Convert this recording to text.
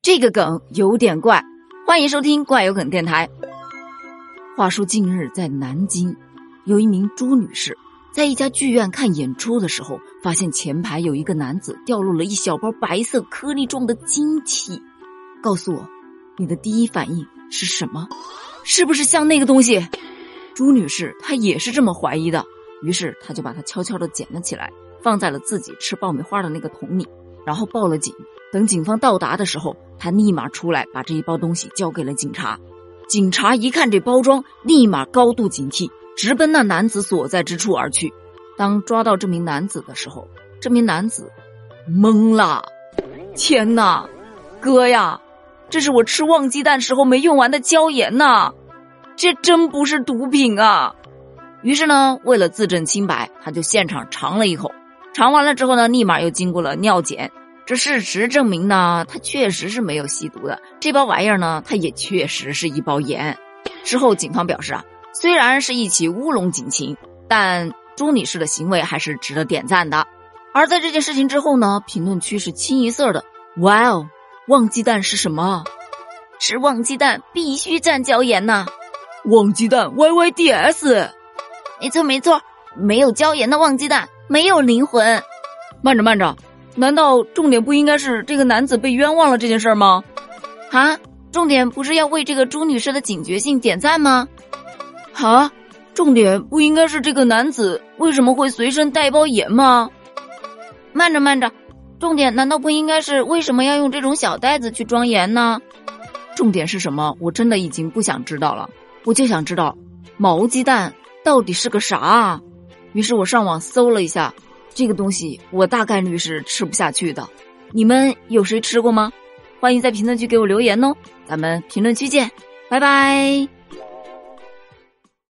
这个梗有点怪，欢迎收听怪有梗电台。话说近日在南京，有一名朱女士在一家剧院看演出的时候，发现前排有一个男子掉落了一小包白色颗粒状的晶体。告诉我，你的第一反应是什么？是不是像那个东西？朱女士她也是这么怀疑的，于是她就把它悄悄地捡了起来，放在了自己吃爆米花的那个桶里，然后报了警。等警方到达的时候，她立马出来把这一包东西交给了警察。警察一看这包装，立马高度警惕，直奔那男子所在之处而去。当抓到这名男子的时候，这名男子懵了。天哪，哥呀，这是我吃旺鸡蛋时候没用完的椒盐呐，这真不是毒品啊！于是呢，为了自证清白，他就现场尝了一口，尝完了之后呢，立马又经过了尿检。这事实证明呢，他确实是没有吸毒的，这包玩意儿呢，它也确实是一包盐。之后警方表示啊，虽然是一起乌龙警情，但朱女士的行为还是值得点赞的。而在这件事情之后呢，评论区是清一色的哇哦，旺鸡蛋是什么？吃旺鸡蛋必须蘸椒盐呐！旺鸡蛋 YYDS。 没错，没有椒盐的旺鸡蛋没有灵魂。慢着，难道重点不应该是这个男子被冤枉了这件事吗？啊，重点不是要为这个朱女士的警觉性点赞吗？啊，重点不应该是这个男子为什么会随身带包盐吗？慢着，重点难道不应该是为什么要用这种小袋子去装盐呢？重点是什么？我真的已经不想知道了，我就想知道毛鸡蛋到底是个啥啊？于是我上网搜了一下，这个东西我大概率是吃不下去的。你们有谁吃过吗？欢迎在评论区给我留言哦，咱们评论区见，拜拜。